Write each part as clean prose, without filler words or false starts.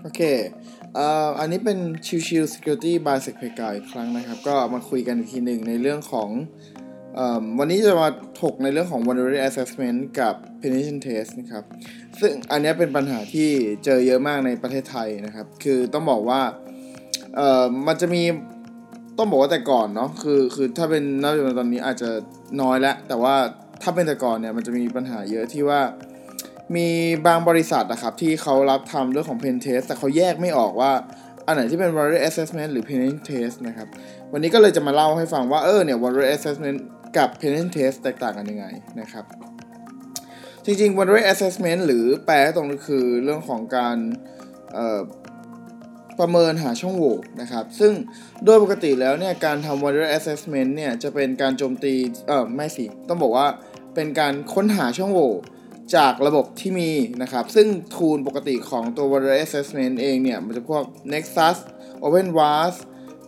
โอเคอันนี้เป็นชิวๆ Security by SecPega อีกครั้งนะครับก็มาคุยกันอีกทีหนึ่งในเรื่องของวันนี้จะมาถกในเรื่องของ Vulnerability Assessment กับ Penetration Test นะครับซึ่งอันนี้เป็นปัญหาที่เจอเยอะมากในประเทศไทยนะครับคือต้องบอกว่ามันจะมีต้องบอกว่าแต่ก่อนเนาะคือถ้าเป็นณปัจจุบันตอนนี้อาจจะน้อยแล้วแต่ว่าถ้าเป็นแต่ก่อนเนี่ยมันจะมีปัญหาเยอะที่ว่ามีบางบริษัทนะครับที่เขารับทำเรื่องของ Pen Test แต่เขาแยกไม่ออกว่าอันไหนที่เป็น Vulnerability Assessment หรือ Penetration Test นะครับวันนี้ก็เลยจะมาเล่าให้ฟังว่าเนี่ย Vulnerability Assessment กับ Penetration Test แตกต่างกันยังไงนะครับจริงๆ Vulnerability Assessment หรือแปลตรงนี้คือเรื่องของการประเมินหาช่องโหว่นะครับซึ่งโดยปกติแล้วเนี่ยการทำ Vulnerability Assessment เนี่ยจะเป็นการโจมตีไม่สิต้องบอกว่าเป็นการค้นหาช่องโหว่จากระบบที่มีนะครับซึ่งทูลปกติของตัว Vulnerability Assessment เองเนี่ยมันจะพวก Nexus OpenVAS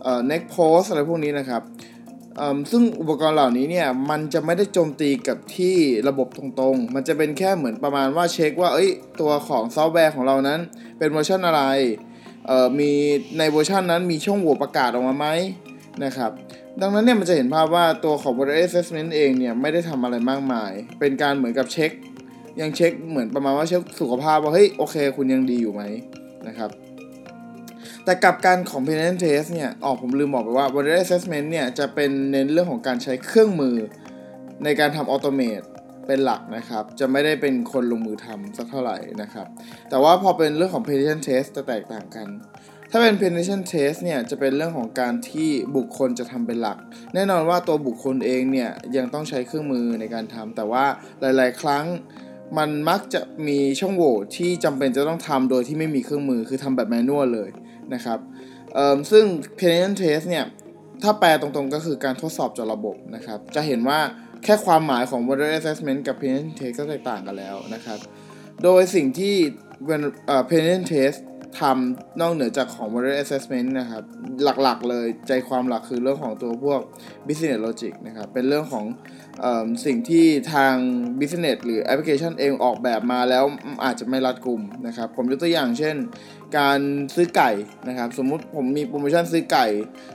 Netpost อะไรพวกนี้นะครับซึ่งอุปกรณ์เหล่านี้เนี่ยมันจะไม่ได้โจมตีกับที่ระบบตรงๆมันจะเป็นแค่เหมือนประมาณว่าเช็คว่าตัวของซอฟต์แวร์ของเรานั้นเป็นเวอร์ชันอะไรมีในเวอร์ชันนั้นมีช่องโหว่ประกาศออกมาไหมนะครับดังนั้นเนี่ยมันจะเห็นภาพว่าตัวของ Vulnerability Assessment เองเนี่ยไม่ได้ทำอะไรมากมายเป็นการเหมือนกับเช็คยังเช็คเหมือนประมาณว่าเช็คสุขภาพว่าโอเคคุณยังดีอยู่ไหมนะครับแต่กับการของ Penetration Test เนี่ยผมลืมบอกไปว่า Vulnerability Assessment เนี่ยจะเป็นเน้นเรื่องของการใช้เครื่องมือในการทำออโตเมตเป็นหลักนะครับจะไม่ได้เป็นคนลงมือทำสักเท่าไหร่นะครับแต่ว่าพอเป็นเรื่องของ Penetration Test จะแตกต่างกันถ้าเป็น Penetration Test เนี่ยจะเป็นเรื่องของการที่บุคคลจะทำเป็นหลักแน่นอนว่าตัวบุคคลเองเนี่ยยังต้องใช้เครื่องมือในการทำแต่ว่าหลายๆครั้งมันมักจะมีช่องโหว่ที่จำเป็นจะต้องทำโดยที่ไม่มีเครื่องมือคือทำแบบแมนนวลเลยนะครับซึ่ง Penetration Test เนี่ยถ้าแปลตรงๆก็คือการทดสอบจากระบบนะครับจะเห็นว่าแค่ความหมายของ Vulnerability Assessment กับ Penetration Test ก็แตกต่างกันแล้วนะครับโดยสิ่งที่Penetration Test ทำนอกเหนือจากของ Vulnerability Assessment นะครับหลักๆเลยใจความหลักคือเรื่องของตัวพวก Business Logic นะครับเป็นเรื่องของสิ่งที่ทาง Business หรือแอปพลิเคชันเองออกแบบมาแล้วอาจจะไม่รัดกุมนะครับผมยกตัวอย่างเช่นการซื้อไก่นะครับสมมุติผมมีโปรโมชั่นซื้อไก่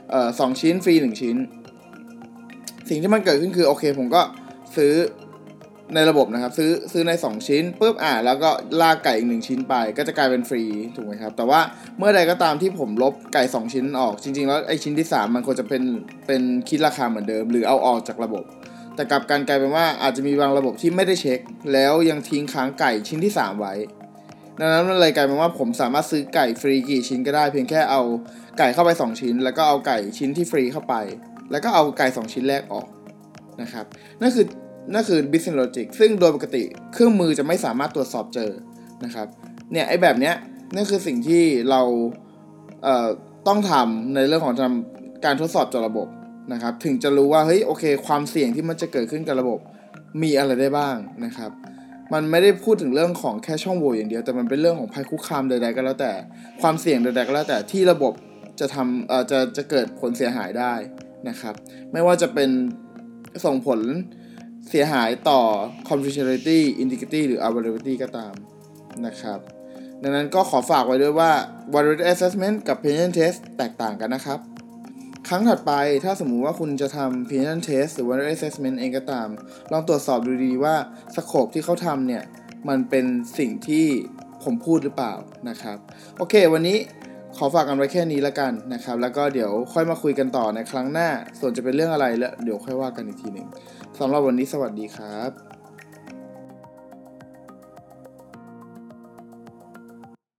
2 ชิ้นฟรี1ชิ้นสิ่งที่มันเกิดขึ้นคือโอเคผมก็ซื้อในระบบนะครับซื้อใน2ชิ้นปุ๊บแล้วก็ลากไก่อีก1ชิ้นไปก็จะกลายเป็นฟรีถูกไหมครับแต่ว่าเมื่อใดก็ตามที่ผมลบไก่2ชิ้นออกจริงๆแล้วไอ้ชิ้นที่3มันควรจะเป็นคิดราคาเหมือนเดิมหรือเอาออกจากระบบแต่กลับกันกลายเป็นว่าอาจจะมีบางระบบที่ไม่ได้เช็คแล้วยังทิ้งค้างไก่ชิ้นที่3ไว้ดังนั้นมันเลยกลายเป็นว่าผมสามารถซื้อไก่ฟรีกี่ชิ้นก็ได้เพียงแค่เอาไก่เข้าไป2ชิ้นแล้วก็เอาไก่ชิ้นที่ฟรีเข้าไปแล้วก็เอาไก่2ชิ้นแรกออกนะครับนั่นคือ business logic ซึ่งโดยปกติเครื่องมือจะไม่สามารถตรวจสอบเจอนะครับเนี่ยแบบเนี้ยนั่นคือสิ่งที่เราต้องทำในเรื่องของการทดสอบจากระบบนะครับถึงจะรู้ว่าโอเคความเสี่ยงที่มันจะเกิดขึ้นกับระบบมีอะไรได้บ้างนะครับมันไม่ได้พูดถึงเรื่องของแค่ช่องโหว่อย่างเดียวแต่มันเป็นเรื่องของภัยคุกคามใดๆก็แล้วแต่ความเสี่ยงใดๆก็แล้วแต่ที่ระบบจะทำจะเกิดผลเสียหายได้นะครับไม่ว่าจะเป็นส่งผลเสียหายต่อ confidentiality integrity หรือ availability ก็ตามนะครับดังนั้นก็ขอฝากไว้ด้วยว่า vulnerability assessment กับ penetration test แตกต่างกันนะครับครั้งถัดไปถ้าสมมุติว่าคุณจะทำ penetration test หรือ vulnerability assessment เองก็ตามลองตรวจสอบดูดีว่าสโคปที่เขาทำเนี่ยมันเป็นสิ่งที่ผมพูดหรือเปล่านะครับโอเควันนี้ขอฝากกันไว้แค่นี้แล้วกันนะครับแล้วก็เดี๋ยวค่อยมาคุยกันต่อในครั้งหน้าส่วนจะเป็นเรื่องอะไรแล้วเดี๋ยวค่อยว่ากันอีกทีหนึ่งสำหรับวันนี้สวัสดีครับ